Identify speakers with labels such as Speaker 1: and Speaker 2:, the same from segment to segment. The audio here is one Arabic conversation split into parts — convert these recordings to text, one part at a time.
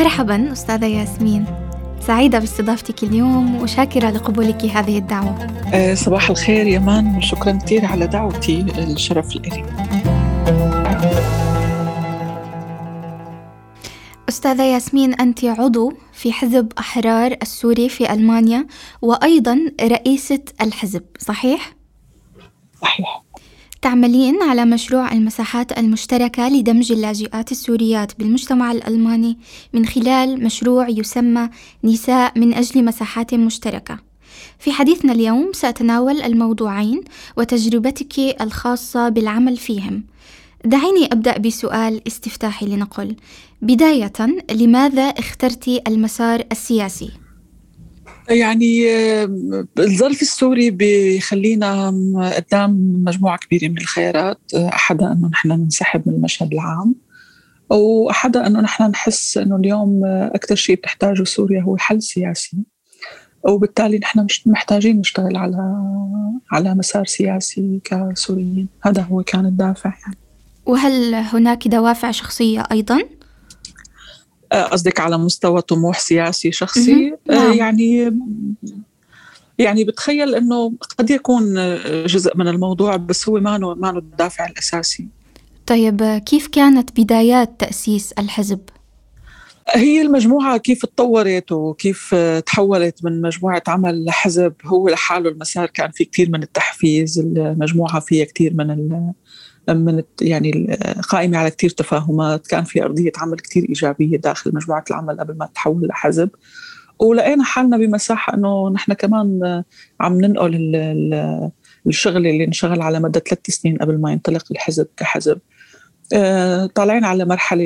Speaker 1: مرحبا أستاذة ياسمين، سعيدة باستضافتك اليوم وشاكرة لقبولك هذه الدعوة.
Speaker 2: صباح الخير يمان، وشكرا كثير على دعوتي، الشرف لي.
Speaker 1: أستاذة ياسمين، أنت عضو في حزب أحرار السوري في ألمانيا وأيضا رئيسة الحزب، صحيح؟
Speaker 2: صحيح.
Speaker 1: تعملين على مشروع المساحات المشتركة لدمج اللاجئات السوريات بالمجتمع الألماني من خلال مشروع يسمى نساء من أجل مساحات مشتركة. في حديثنا اليوم سأتناول الموضوعين وتجربتك الخاصة بالعمل فيهم. دعيني أبدأ بسؤال استفتاحي لنقل. بداية، لماذا اخترتي المسار السياسي؟
Speaker 2: يعني الظرف السوري بيخلينا قدام مجموعة كبيرة من الخيارات، أحدها أنه نحن ننسحب من المشهد العام، وأحدها أنه نحن نحس أنه اليوم أكثر شيء بتحتاجه سوريا هو حل سياسي، وبالتالي نحن مش محتاجين نشتغل على مسار سياسي كسوريين. هذا هو كان الدافع يعني.
Speaker 1: وهل هناك دوافع شخصية أيضاً؟
Speaker 2: قصدك على مستوى طموح سياسي شخصي؟
Speaker 1: نعم.
Speaker 2: يعني بتخيل أنه قد يكون جزء من الموضوع، بس هو ما الدافع الأساسي.
Speaker 1: طيب، كيف كانت بدايات تأسيس الحزب؟
Speaker 2: هي المجموعة كيف تطورت وكيف تحولت من مجموعة عمل لحزب هو لحاله المسار. كان في كتير من التحفيز، المجموعة فيها كتير يعني قائمة على كتير تفاهمات، كان في أرضية عمل كتير إيجابية داخل مجموعة العمل قبل ما تحول لحزب. ولقينا حالنا بمساحة أنه نحن كمان عم ننقل الشغل اللي نشغل على مدى 3 سنين قبل ما ينطلق الحزب كحزب. طالعين على مرحلة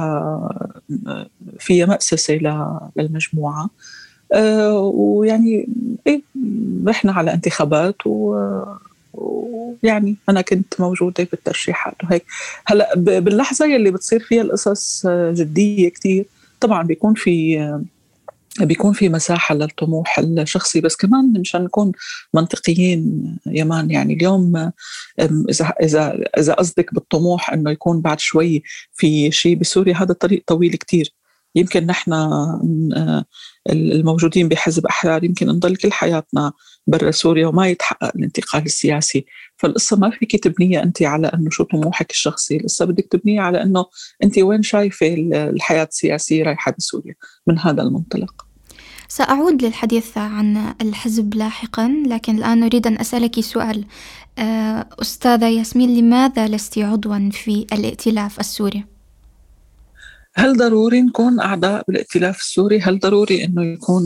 Speaker 2: فيها مأسسة للمجموعة، ويعني رحنا على انتخابات ويعني أنا كنت موجودة بالترشيحات وهيك. هلأ باللحظة يلي بتصير فيها القصص جدية كتير، طبعا بيكون في مساحة للطموح الشخصي، بس كمان مشان نكون منطقيين يمان. يعني اليوم إذا قصدك بالطموح أنه يكون بعد شوي في شيء بسوريا، هذا طريق طويل كتير. يمكن نحن الموجودين بحزب أحرار يمكن نضل كل حياتنا برا سوريا وما يتحقق الانتقال السياسي. فالقصة ما فيك تبنيها أنت على أنه شو طموحك الشخصي، القصة بدك تبنيها على أنه أنت وين شايفة الحياة السياسية رايحة بسوريا من هذا المنطلق.
Speaker 1: سأعود للحديث عن الحزب لاحقا، لكن الآن أريد أن أسألك سؤال. أستاذة ياسمين، لماذا لست عضوا في الائتلاف السوري؟
Speaker 2: هل ضروري نكون أعضاء بالائتلاف السوري؟ هل ضروري أنه يكون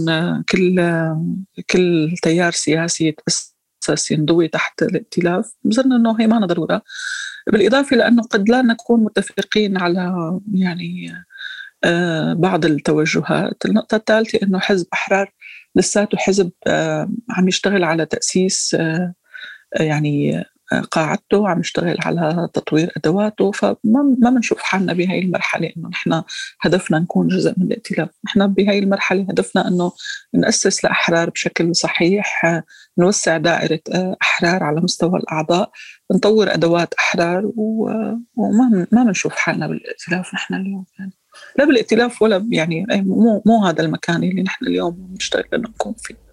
Speaker 2: كل تيار سياسي يتأسس ينضوي تحت الائتلاف؟ بظن أنه هي ما ضرورة، بالإضافة لأنه قد لا نكون متفقين على يعني بعض التوجهات. النقطة الثالثة أنه حزب أحرار لساته حزب عم يشتغل على تأسيس يعني قاعدته، عم يشتغل على تطوير أدواته، فما بنشوف حالنا بهاي المرحلة إنه نحن هدفنا نكون جزء من الائتلاف. نحن بهاي المرحلة هدفنا إنه نأسس لأحرار بشكل صحيح، نوسع دائرة أحرار على مستوى الأعضاء، نطور أدوات أحرار، وما بنشوف حالنا بالائتلاف نحن اليوم يعني. لا بالائتلاف ولا يعني مو هذا المكان اللي نحن اليوم نشتغل إنه نكون فيه.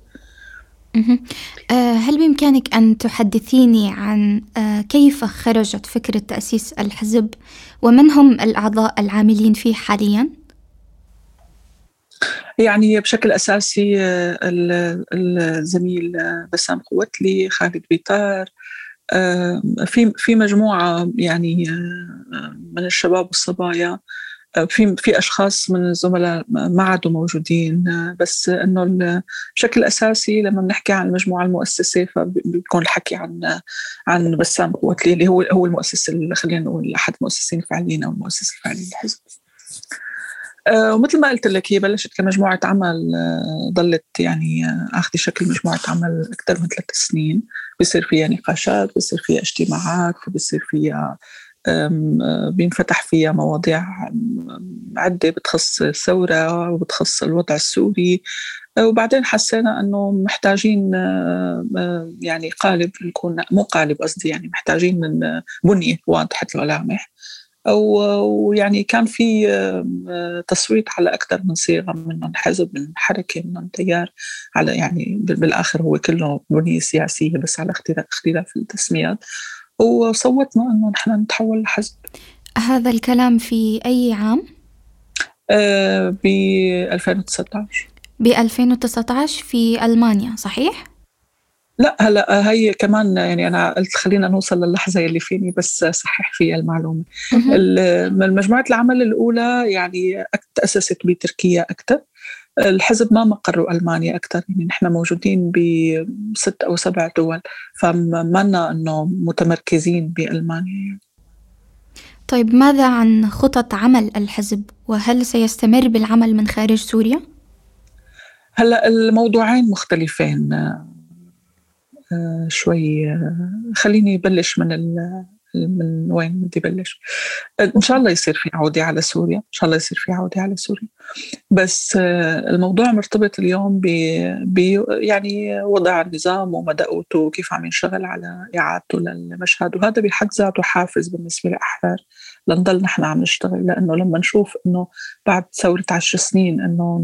Speaker 1: هل بإمكانك أن تحدثيني عن كيف خرجت فكرة تأسيس الحزب ومن هم الأعضاء العاملين فيه حالياً؟
Speaker 2: يعني بشكل أساسي الزميل بسام قوتلي، خالد بيطار، في مجموعة يعني من الشباب والصبايا، في أشخاص من الزملاء ما عادوا موجودين، بس إنه بشكل أساسي لما بنحكي عن المجموعة المؤسسة فبيكون الحكي عن بسام قوتلي اللي هو المؤسس، اللي خلينا نقول أحد المؤسسين الفعليين أو المؤسس الفعلي للحزب. ومثل ما قلت لك هي بلشت كمجموعة عمل، ضلت يعني أخذ شكل مجموعة عمل أكثر من 3 سنين. بيصير فيها نقاشات، بيصير فيها اجتماعات، بيصير فيها بينفتح فيها مواضيع عدة بتخص الثورة وبتخص الوضع السوري. وبعدين حسينا أنه محتاجين يعني قالب، نكون مو قالب قصدي، يعني محتاجين من بنية واضحة الملامح ويعني كان في تصويت على أكثر من صيغة، من حزب، من حركة، من تيار، على يعني بالآخر هو كله بنية سياسية بس على اختلاف التسميات، وصوتنا إنه نحن نتحول لحزب.
Speaker 1: هذا الكلام في أي عام؟
Speaker 2: ب 2019.
Speaker 1: ب 2019 في ألمانيا، صحيح؟
Speaker 2: لا هلا هي كمان يعني أنا قلت خلينا نوصل للحظة اللي فيني بس صحح فيها المعلومة. من مجموعة العمل الأولى يعني تأسست بتركيا أكثر. الحزب ما مقره ألمانيا أكثر، يعني نحن موجودين ب6 أو 7 دول، فما أنه متمركزين بألمانيا.
Speaker 1: طيب ماذا عن خطط عمل الحزب، وهل سيستمر بالعمل من خارج سوريا؟
Speaker 2: هلا الموضوعين مختلفين شوي. خليني بلش من وين بدي بلش. إن شاء الله يصير في عودة على سوريا، إن شاء الله يصير في عودة على سوريا، بس الموضوع مرتبط اليوم يعني وضع النظام ومدى قوته وكيف عم ينشغل على إعادته للمشهد، وهذا بحد ذاته حافز بالنسبة لأحرار لنضل نحن عم نشتغل. لأنه لما نشوف إنه بعد ثورة 10 سنين إنه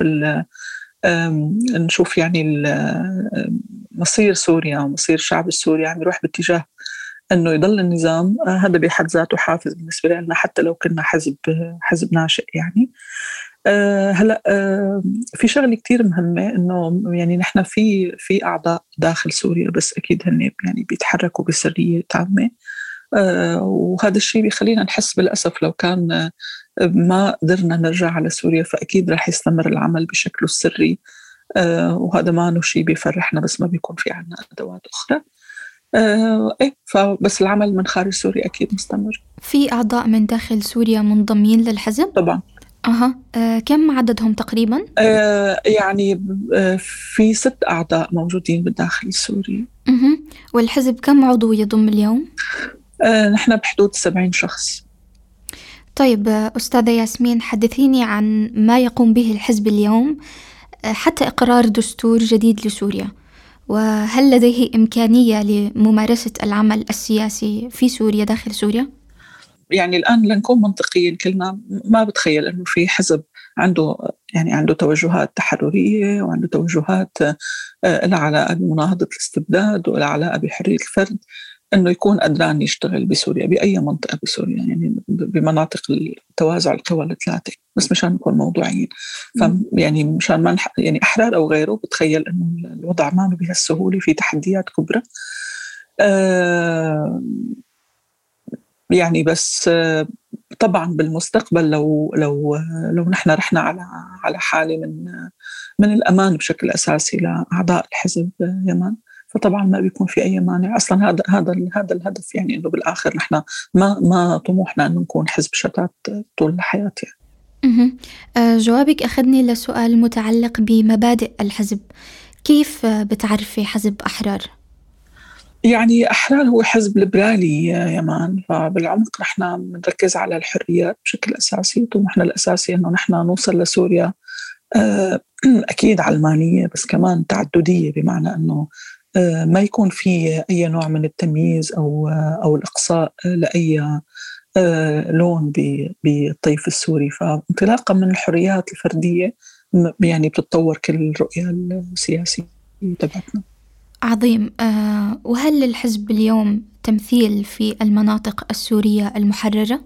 Speaker 2: نشوف يعني مصير سوريا ومصير الشعب السوري عم يروح باتجاه انه يضل النظام، هذا بحد ذاته حافز بالنسبه لنا حتى لو كنا حزب ناشئ يعني. هلا في شغله كتير مهمه، انه يعني نحن في اعضاء داخل سوريا بس اكيد هن يعني بيتحركوا بسريه تامه، وهذا الشيء بيخلينا نحس بالاسف لو كان ما قدرنا نرجع على سوريا فاكيد رح يستمر العمل بشكله السري، وهذا ما شيء بيفرحنا بس ما بيكون في عنا ادوات اخرى. ايه فبس العمل من خارج سوريا اكيد مستمر.
Speaker 1: في أعضاء من داخل سوريا منضمين للحزب؟
Speaker 2: طبعا.
Speaker 1: كم عددهم تقريبا؟
Speaker 2: يعني في 6 أعضاء موجودين بالداخل السوري.
Speaker 1: والحزب كم عضو يضم اليوم؟
Speaker 2: نحن بحدود 70 شخص.
Speaker 1: طيب أستاذة ياسمين، حدثيني عن ما يقوم به الحزب اليوم حتى إقرار دستور جديد لسوريا، وهل لديه إمكانية لممارسة العمل السياسي في سوريا داخل سوريا؟
Speaker 2: يعني الآن لنكون منطقيين كلنا، ما بتخيل أنه في حزب عنده توجهات تحررية وعنده توجهات لها علاقة بمناهضة الاستبداد ولها علاقة بحرية الفرد، أنه يكون قدران يشتغل بسوريا بأي منطقة بسوريا، يعني بمناطق توازع القوى الثلاثة، بس مشان نكون موضوعيين. يعني مشان ما يعني أحرار أو غيره بتخيل أنه الوضع ما بهالسهولة، في تحديات كبرى. يعني بس طبعا بالمستقبل لو نحن رحنا على حالة من الأمان بشكل أساسي لأعضاء الحزب يمن، فطبعا ما بيكون في أي مانع. أصلا هذا الهدف، يعني إنه بالآخر نحن ما طموحنا إنه نكون حزب شتات طول الحياة يعني.
Speaker 1: جوابك أخذني لسؤال متعلق بمبادئ الحزب. كيف بتعرفي حزب أحرار؟
Speaker 2: يعني أحرار هو حزب ليبرالي يمان، فبالعمق نحن بنركز على الحريات بشكل أساسي. طموحنا الأساسي أنه نحن نوصل لسوريا أكيد علمانية بس كمان تعددية، بمعنى أنه ما يكون في أي نوع من التمييز أو الإقصاء لأي لون بالطيف السوري. فانطلاقا من الحريات الفردية يعني بتتطور كل الرؤية السياسية تبعتنا.
Speaker 1: عظيم. وهل للحزب اليوم تمثيل في المناطق السورية المحررة؟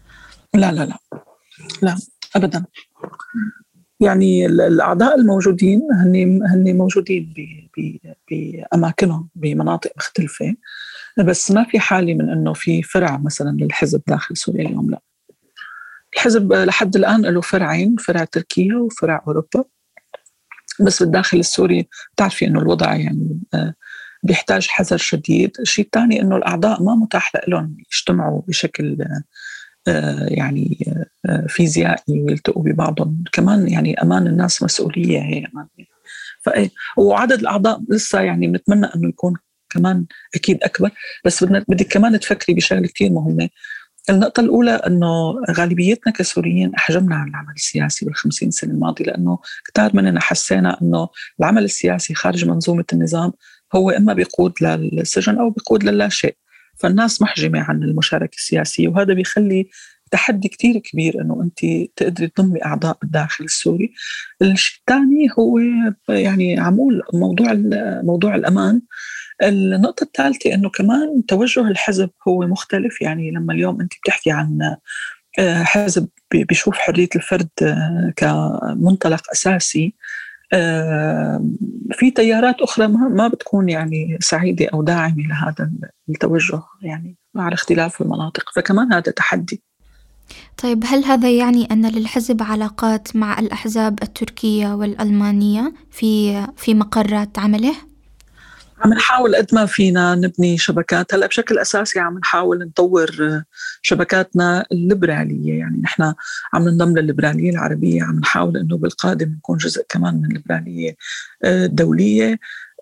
Speaker 2: لا أبدا. يعني الأعضاء الموجودين هن موجودين بأماكنهم بمناطق مختلفة، بس ما في حالة من أنه في فرع مثلا للحزب داخل سوريا اليوم. لا، الحزب لحد الآن له فرعين، فرع تركيا وفرع أوروبا، بس بالداخل السوري تعرفي أنه الوضع يعني بيحتاج حذر شديد. الشيء الثاني أنه الأعضاء ما متاح لهم يجتمعوا بشكل يعني فيزيائي ويلتقوا ببعضهم، كمان يعني أمان الناس مسؤولية هي وعدد الأعضاء لسه يعني بنتمنى أنه يكون كمان أكيد أكبر. بس بدك كمان تفكري بشغلة كتير مهمة. النقطة الأولى أنه غالبيتنا كسوريين أحجمنا عن العمل السياسي بال50 سنة الماضية، لأنه كتار مننا حسينا أنه العمل السياسي خارج منظومة النظام هو إما بيقود للسجن أو بيقود للا شيء. فالناس محجمة عن المشاركة السياسية، وهذا بيخلي تحدي كتير كبير إنه أنت تقدري تضمي أعضاء بالداخل السوري. الشيء الثاني هو يعني عمول موضوع الأمان. النقطة الثالثة إنه كمان توجه الحزب هو مختلف. يعني لما اليوم أنت بتحكي عن حزب بيشوف حرية الفرد كمنطلق أساسي، في تيارات أخرى ما بتكون يعني سعيدة أو داعمة لهذا التوجه، يعني مع الاختلاف المناطق، فكمان هذا تحدي.
Speaker 1: طيب، هل هذا يعني أن للحزب علاقات مع الأحزاب التركية والألمانية في مقرات عمله؟
Speaker 2: عم نحاول قد ما فينا نبني شبكات. هلا بشكل أساسي عم نحاول نطور شبكاتنا الليبرالية، يعني نحن عم ننضم للليبرالية العربية، عم نحاول إنه بالقادم نكون جزء كمان من الليبرالية الدولية.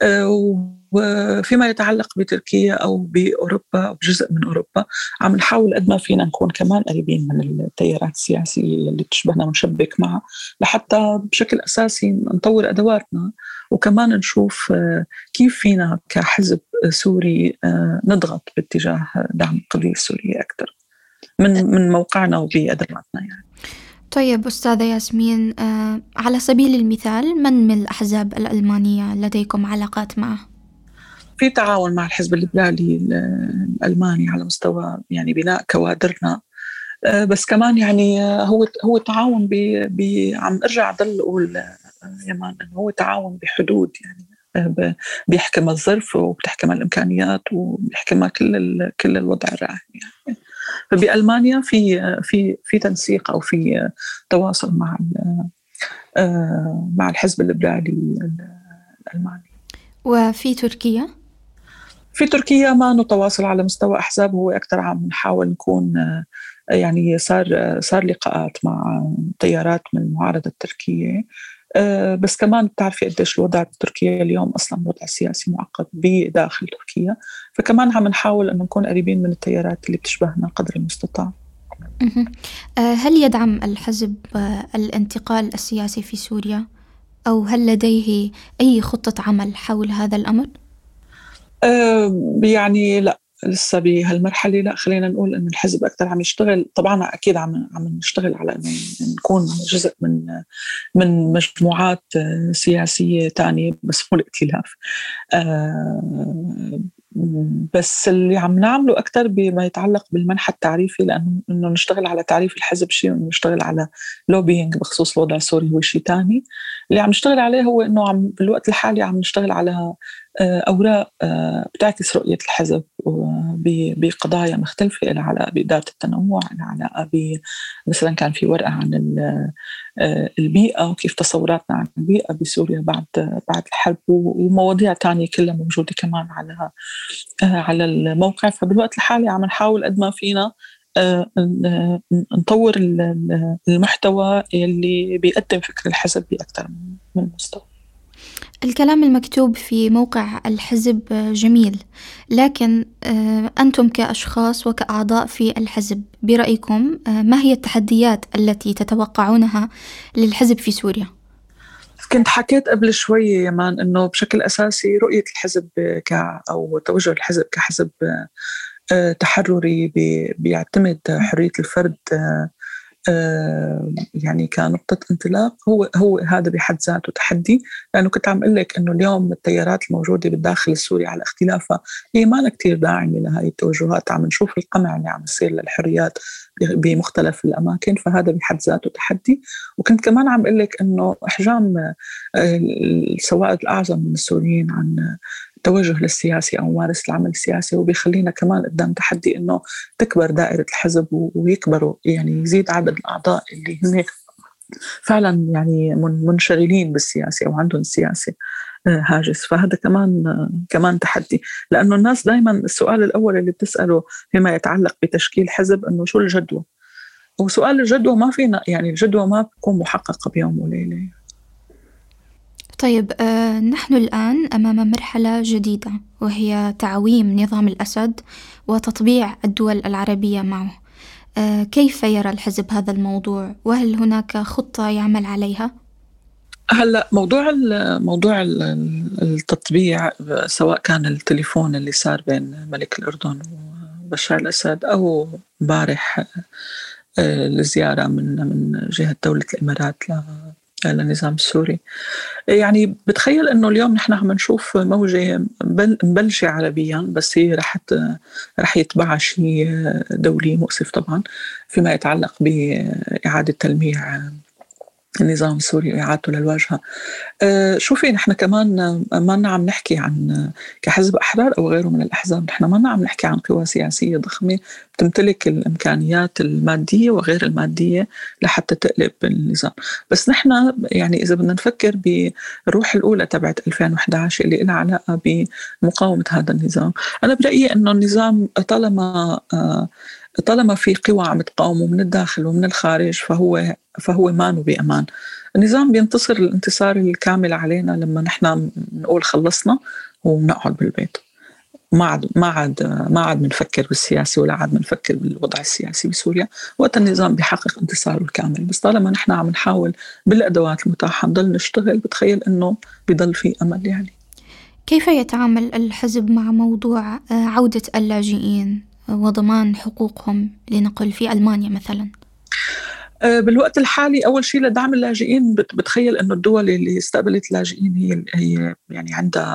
Speaker 2: وفيما يتعلق بتركيا أو بأوروبا أو بجزء من أوروبا، عم نحاول قد ما فينا نكون كمان قريبين من التيارات السياسية اللي بتشبهنا ونشبك معها، لحتى بشكل أساسي نطور أدواتنا، وكمان نشوف كيف فينا كحزب سوري نضغط باتجاه دعم القضية السورية أكثر من موقعنا وبأدواتنا يعني.
Speaker 1: طيب أستاذة ياسمين، على سبيل المثال، من الأحزاب الألمانية لديكم علاقات معه؟
Speaker 2: في تعاون مع الحزب الليبرالي الألماني على مستوى يعني بناء كوادرنا، بس كمان يعني هو تعاون عم ارجع ضل اقول يمان انه هو تعاون بحدود، يعني بيحكم الظرف وبتحكم الامكانيات وبيحكم كل الوضع الراهن يعني. فبألمانيا في تنسيق او في تواصل مع الحزب الليبرالي الألماني.
Speaker 1: وفي تركيا؟
Speaker 2: في تركيا ما نتواصل على مستوى أحزاب، هو أكثر عم نحاول نكون يعني صار لقاءات مع تيارات من المعارضة التركية، بس كمان بتعرفي قديش الوضع بتركيا اليوم أصلا وضع سياسي معقد بداخل تركيا، فكمان عم نحاول أن نكون قريبين من التيارات اللي بتشبهنا قدر المستطاع.
Speaker 1: هل يدعم الحزب الانتقال السياسي في سوريا، أو هل لديه أي خطة عمل حول هذا الأمر؟
Speaker 2: يعني لا، لسه بهالمرحلة لا. خلينا نقول إنه الحزب أكثر عم يشتغل، طبعا أكيد عم نشتغل على إنه نكون جزء من مجموعات سياسية تانية بس مو الائتلاف. بس اللي عم نعمله أكثر بما يتعلق بالمنحى التعريفي، لأنه إنه نشتغل على تعريف الحزب شيء، ونشتغل على لوبينج بخصوص الوضع السوري هو شيء تاني. اللي عم نشتغل عليه هو إنه بالوقت الحالي عم نشتغل على أوراق بتعكس رؤية الحزب بقضايا مختلفة، لها علاقة بإدارة التنوع، لها علاقة مثلا كان في ورقة عن البيئة وكيف تصوراتنا عن البيئة بسوريا بعد الحرب، ومواضيع تانية كلها موجودة كمان على الموقع. فبالوقت الحالي عم نحاول قد ما فينا نطور المحتوى اللي بيقدم فكر الحزب بأكثر من مستوى.
Speaker 1: الكلام المكتوب في موقع الحزب جميل، لكن أنتم كأشخاص وكأعضاء في الحزب برأيكم ما هي التحديات التي تتوقعونها للحزب في سوريا؟
Speaker 2: كنت حكيت قبل شوي يمان إنه بشكل أساسي رؤية الحزب أو توجه الحزب كحزب تحرري بيعتمد حرية الفرد يعني كنقطة انطلاق. هو هذا بحد ذاته تحدي، لأنه كنت عم أقول لك إنه اليوم التيارات الموجودة بالداخل السوري على اختلافها هي ما كتير داعمة لهذه التوجهات. عم نشوف القمع اللي عم يصير للحريات بمختلف الأماكن، فهذا بحد ذاته تحدي. وكنت كمان عم أقول لك إنه إحجام السوائد الأعظم من السوريين عن التوجه للسياسي أو ممارسة العمل السياسي، وبيخلينا كمان قدام تحدي إنه تكبر دائرة الحزب ويكبروا، يعني يزيد عدد الأعضاء اللي هم فعلا يعني منشغلين بالسياسة أو عندهم السياسة هاجس. فهذا كمان تحدي، لأنه الناس دائما السؤال الأول اللي بتسأله فيما يتعلق بتشكيل حزب إنه شو الجدوى، وسؤال الجدوى ما فينا، يعني الجدوى ما بتكون محققة بيوم وليلة.
Speaker 1: طيب، نحن الآن أمام مرحلة جديدة، وهي تعويم نظام الأسد وتطبيع الدول العربية معه. كيف يرى الحزب هذا الموضوع، وهل هناك خطة يعمل عليها؟
Speaker 2: هلا موضوع التطبيع، سواء كان التليفون اللي صار بين ملك الأردن بشار الأسد، أو امبارح الزيارة من جهة دولة الإمارات للنظام السوري. يعني بتخيل إنه اليوم نحن عم نشوف موجة مبلشة عربيا، بس هي رح يتبعها شيء دولي مؤسف طبعا فيما يتعلق بإعادة تلميع النظام السوري وإعادته للواجهة. شوفي، نحن كمان ما عم نحكي عن كحزب أحرار أو غيره من الأحزاب، نحن ما عم نحكي عن قوى سياسية ضخمة بتمتلك الإمكانيات المادية وغير المادية لحتى تقلب النظام. بس نحن يعني إذا بدنا نفكر بالروح الأولى تبعت 2011 اللي لها علاقة بمقاومة هذا النظام، أنا برأيي أنه النظام طالما في قوى عم تقاومه من الداخل ومن الخارج فهو مان بأمان. النظام بينتصر الانتصار الكامل علينا لما نحن نقول خلصنا ونقعد بالبيت، ما عاد بنفكر بالسياسة ولا عاد بنفكر بالوضع السياسي بسوريا، وقت النظام بيحقق انتصاره الكامل. بس طالما نحن عم نحاول بالأدوات المتاحة نضل نشتغل، بتخيل إنه بيضل في أمل. يعني
Speaker 1: كيف يتعامل الحزب مع موضوع عودة اللاجئين وضمان حقوقهم، لنقل في ألمانيا مثلا؟
Speaker 2: بالوقت الحالي أول شيء لدعم اللاجئين، بتخيل أنه الدول اللي استقبلت اللاجئين هي يعني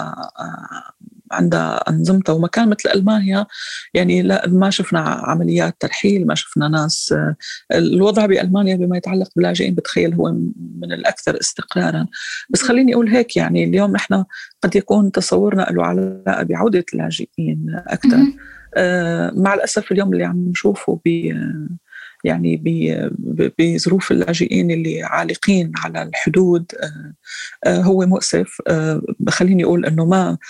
Speaker 2: عندها أنظمتها ومكان مثل ألمانيا. يعني لا، ما شفنا عمليات ترحيل، ما شفنا ناس. الوضع بألمانيا بما يتعلق باللاجئين بتخيل هو من الأكثر استقرارا. بس خليني أقول هيك، يعني اليوم نحن قد يكون تصورنا له علاقة بعودة اللاجئين أكثر. مع الأسف اليوم اللي عم نشوفه يعني بظروف اللاجئين اللي عالقين على الحدود هو مؤسف. خليني أقول أنه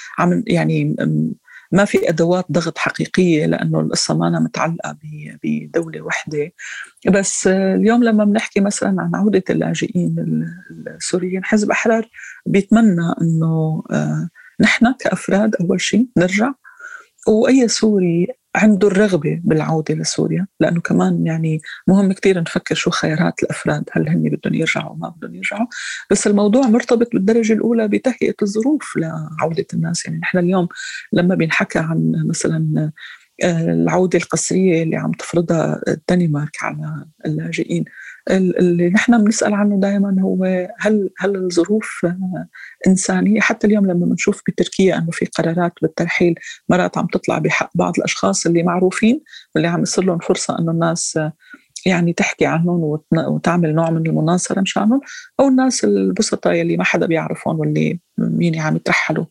Speaker 2: ما في أدوات ضغط حقيقية، لأنه القصة ما متعلقة بدولة واحدة. بس اليوم لما بنحكي مثلا عن عودة اللاجئين السوريين، حزب أحرار بيتمنى أنه نحن كأفراد أول شيء نرجع، وأي سوري عنده الرغبة بالعودة لسوريا، لأنه كمان يعني مهم كتير نفكر شو خيارات الأفراد، هل هن بدهم يرجعوا أو ما بدهم يرجعوا. بس الموضوع مرتبط بالدرجة الأولى بتهيئة الظروف لعودة الناس. يعني نحن اليوم لما بنحكى عن مثلا العودة القسرية اللي عم تفرضها الدنمارك على اللاجئين، اللي نحن بنسأل عنه دائما هو هل الظروف إنسانية؟ حتى اليوم لما بنشوف بتركيا أنه في قرارات بالترحيل مرات عم تطلع بحق بعض الأشخاص اللي معروفين واللي عم يصير لهم فرصة أنه الناس يعني تحكي عنهم وتعمل نوع من المناصرة مشانهم، أو الناس البسطاء اللي ما حدا بيعرفهم واللي مين عم يترحلوا.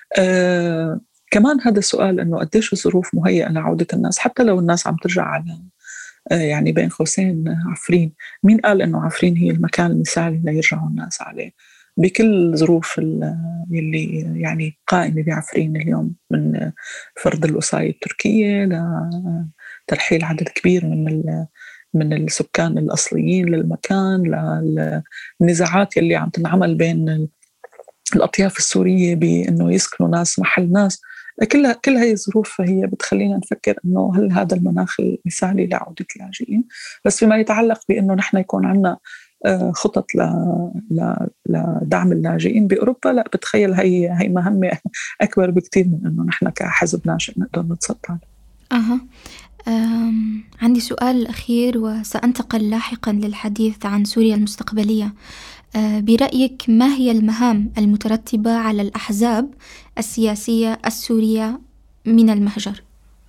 Speaker 2: كمان هذا السؤال أنه قديش الظروف مهيئة لعودة الناس، حتى لو الناس عم ترجع على يعني بين قوسين عفرين. مين قال أنه عفرين هي المكان المثالي ليرجعوا الناس عليه بكل ظروف اللي يعني قائمة بعفرين اليوم، من فرض الوصاية التركية لترحيل عدد كبير من السكان الأصليين للمكان، للنزاعات اللي عم تنعمل بين الأطياف السورية بأنه يسكنوا ناس محل ناس. كل هاي الظروف هي بتخلينا نفكر أنه هل هذا المناخ المثالي لعودة اللاجئين. بس فيما يتعلق بأنه نحن يكون عندنا خطط لدعم اللاجئين بأوروبا، لا، بتخيل هي مهمة أكبر بكتير من أنه نحن كحزب ناشئ نقدر نتسطع.
Speaker 1: عندي سؤال أخير وسأنتقل لاحقا للحديث عن سوريا المستقبلية. برأيك ما هي المهام المترتبة على الأحزاب السياسية السورية من المهجر؟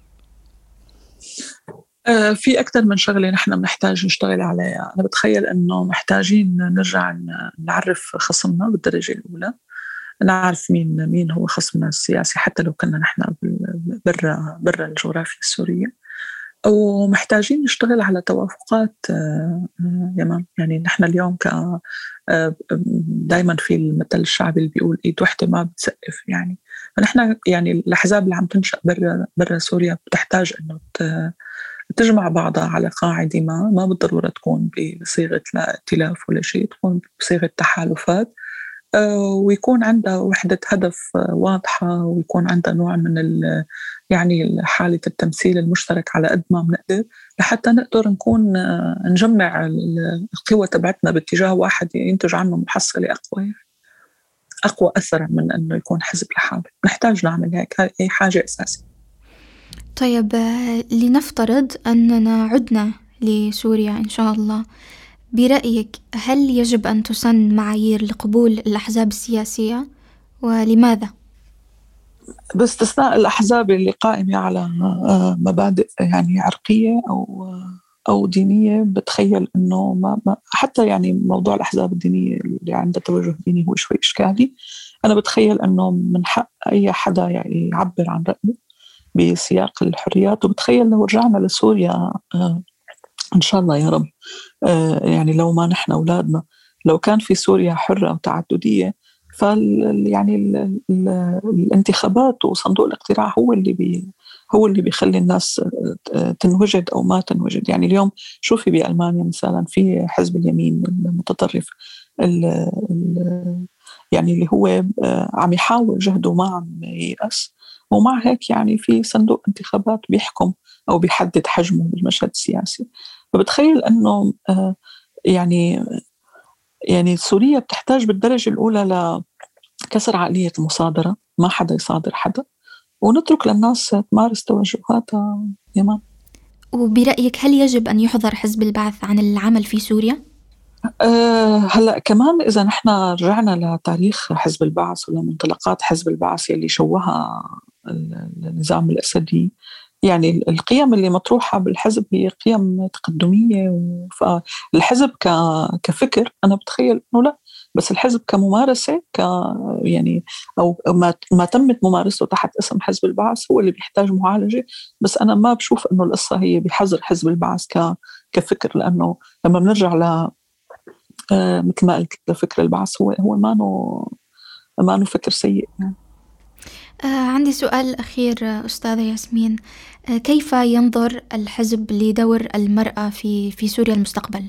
Speaker 2: في أكثر من شغلة نحن بنحتاج نشتغل عليها. أنا بتخيل أنه محتاجين نرجع نعرف خصمنا بالدرجة الأولى، نعرف مين هو خصمنا السياسي حتى لو كنا نحن برا الجغرافيا السورية. ومحتاجين نشتغل على توافقات يمام. يعني نحن اليوم دايما في المثل الشعبي اللي بيقول ايد وحده ما بتسقف. يعني فنحن يعني الاحزاب اللي عم تنشأ برا سوريا بتحتاج انه تجمع بعضها على قاعده ما بالضروره تكون بصيغه لا ائتلاف ولا شيء، تكون بصيغه تحالفات، ويكون عندها وحدة هدف واضحة، ويكون عندها نوع من يعني حالة التمثيل المشترك على قد ما بنقدر، لحتى نقدر نكون نجمع القوة تبعتنا باتجاه واحد ينتج عنه محصلة أقوى أثرا من أنه يكون حزب لحاله. نحتاج نعمل هيك، هي حاجة أساسية.
Speaker 1: طيب لنفترض أننا عدنا لسوريا إن شاء الله، برأيك هل يجب أن تسن معايير لقبول الأحزاب السياسية ولماذا؟
Speaker 2: باستثناء الأحزاب اللي قائمة على مبادئ يعني عرقية أو دينية. بتخيل أنه حتى يعني موضوع الأحزاب الدينية اللي عندها توجه ديني هو شوي إشكالي. أنا بتخيل أنه من حق أي حدا يعني يعبر عن رأيه بسياق الحريات. وبتخيل لو رجعنا لسوريا إن شاء الله يا رب، يعني لو ما نحن أولادنا، لو كان في سوريا حرة وتعددية، يعني الانتخابات وصندوق الاقتراع هو اللي بيخلي الناس تنوجد أو ما تنوجد. يعني اليوم شوفي بألمانيا مثلا في حزب اليمين المتطرف يعني اللي هو عم يحاول جهده ما عم ييأس، ومع هيك يعني في صندوق انتخابات بيحكم أو بيحدد حجمه بالمشهد السياسي. فبتخيل أنه يعني سوريا بتحتاج بالدرجة الأولى لكسر عقلية المصادرة، ما حدا يصادر حدا، ونترك للناس تمارس توجهاتها. يمان،
Speaker 1: وبرأيك هل يجب أن يحظر حزب البعث عن العمل في سوريا؟
Speaker 2: هلأ كمان إذا نحن رجعنا لتاريخ حزب البعث ولمنطلقات حزب البعث يلي شوهها النظام الأسدي، يعني القيم اللي مطروحة بالحزب هي قيم تقدمية. فالحزب كفكر أنا بتخيل أنه لا، بس الحزب كممارسة يعني أو ما تمت ممارسته تحت اسم حزب البعث هو اللي بيحتاج معالجة. بس أنا ما بشوف أنه القصة هي بحظر حزب البعث كفكر، لأنه لما بنرجع مثل ما قلت لفكر البعث هو ما انه فكر سيء يعني.
Speaker 1: عندي سؤال أخير أستاذة ياسمين، كيف ينظر الحزب لدور المرأة في سوريا المستقبل؟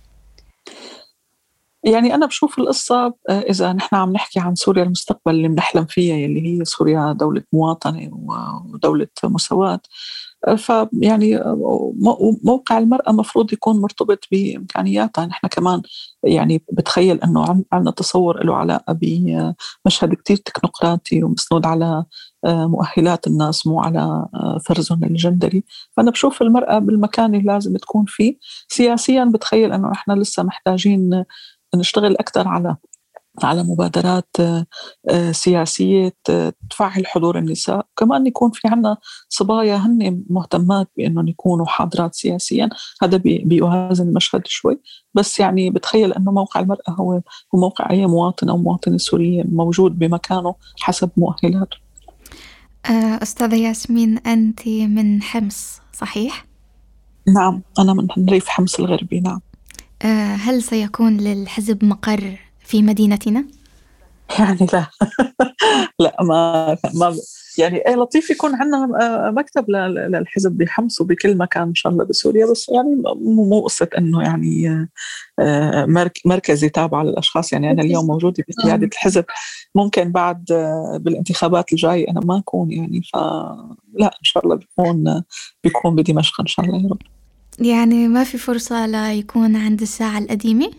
Speaker 2: يعني أنا بشوف القصة إذا نحن عم نحكي عن سوريا المستقبل اللي بنحلم فيها، اللي هي سوريا دولة مواطنة ودولة مساواة، فيعني موقع المرأة مفروض يكون مرتبط بإمكانياتها. نحن كمان يعني بتخيل أنه عندنا تصور له علاقة بمشهد كتير تكنوقراطي ومسنود على مؤهلات الناس مو على فرزهم الجندري. فأنا بشوف المرأة بالمكان اللي لازم تكون فيه. سياسيا بتخيل أنه إحنا لسه محتاجين نشتغل أكثر على مبادرات سياسية تفعل حضور النساء، وكمان يكون في عنا صبايا هن مهتمات بأنهم يكونوا حاضرات سياسيا. هذا بيوازن المشهد شوي. بس يعني بتخيل أنه موقع المرأة هو موقع أي مواطن أو مواطنة سورية موجود بمكانه حسب مؤهلاته.
Speaker 1: أستاذة ياسمين، أنت من حمص صحيح؟
Speaker 2: نعم، أنا من ريف حمص الغربي. نعم.
Speaker 1: هل سيكون للحزب مقر في مدينتنا؟
Speaker 2: يعني لا لا، ما يعني ايه لطيف يكون عندنا مكتب للحزب بحمص وبكل مكان ان شاء الله بسوريا. بس يعني مو قصه انه يعني مركزي تابع للاشخاص. يعني انا اليوم موجوده بقياده الحزب، ممكن بعد بالانتخابات الجاي انا ما اكون يعني. فلا، ان شاء الله بيكون بدمشق ان شاء الله يا رب.
Speaker 1: يعني ما في فرصه لا يكون عند الساعه القديمه؟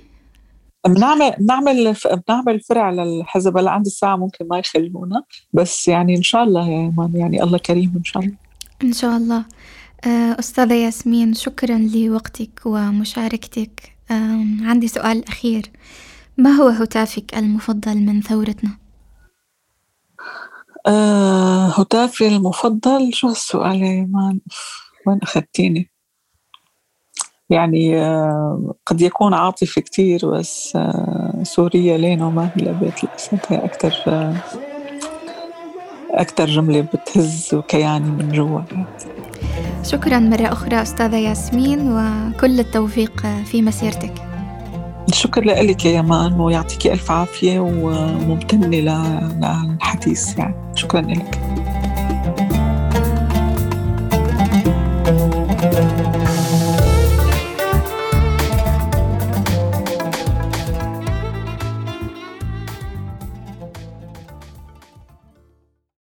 Speaker 2: بنعمل فرع للحزب. هلا عند الساعة ممكن ما يخلونا، بس يعني إن شاء الله يا إيمان، يعني الله كريم إن شاء الله.
Speaker 1: إن شاء الله. أستاذة ياسمين، شكرا لوقتك ومشاركتك. عندي سؤال أخير، ما هو هتافك المفضل من ثورتنا؟
Speaker 2: هتافي المفضل؟ شو هالسؤال يا إيمان، وين أخذتيني؟ يعني قد يكون عاطفي كتير، بس سوريا لين وما هي بيت الأسد هي أكتر جملة بتهز كياني من جوا.
Speaker 1: شكرا مرة أخرى أستاذة ياسمين، وكل التوفيق في مسيرتك.
Speaker 2: الشكر لك يا يمان، ويعطيكي ألف عافية، وممتنة للحديث يعني. شكرا لك.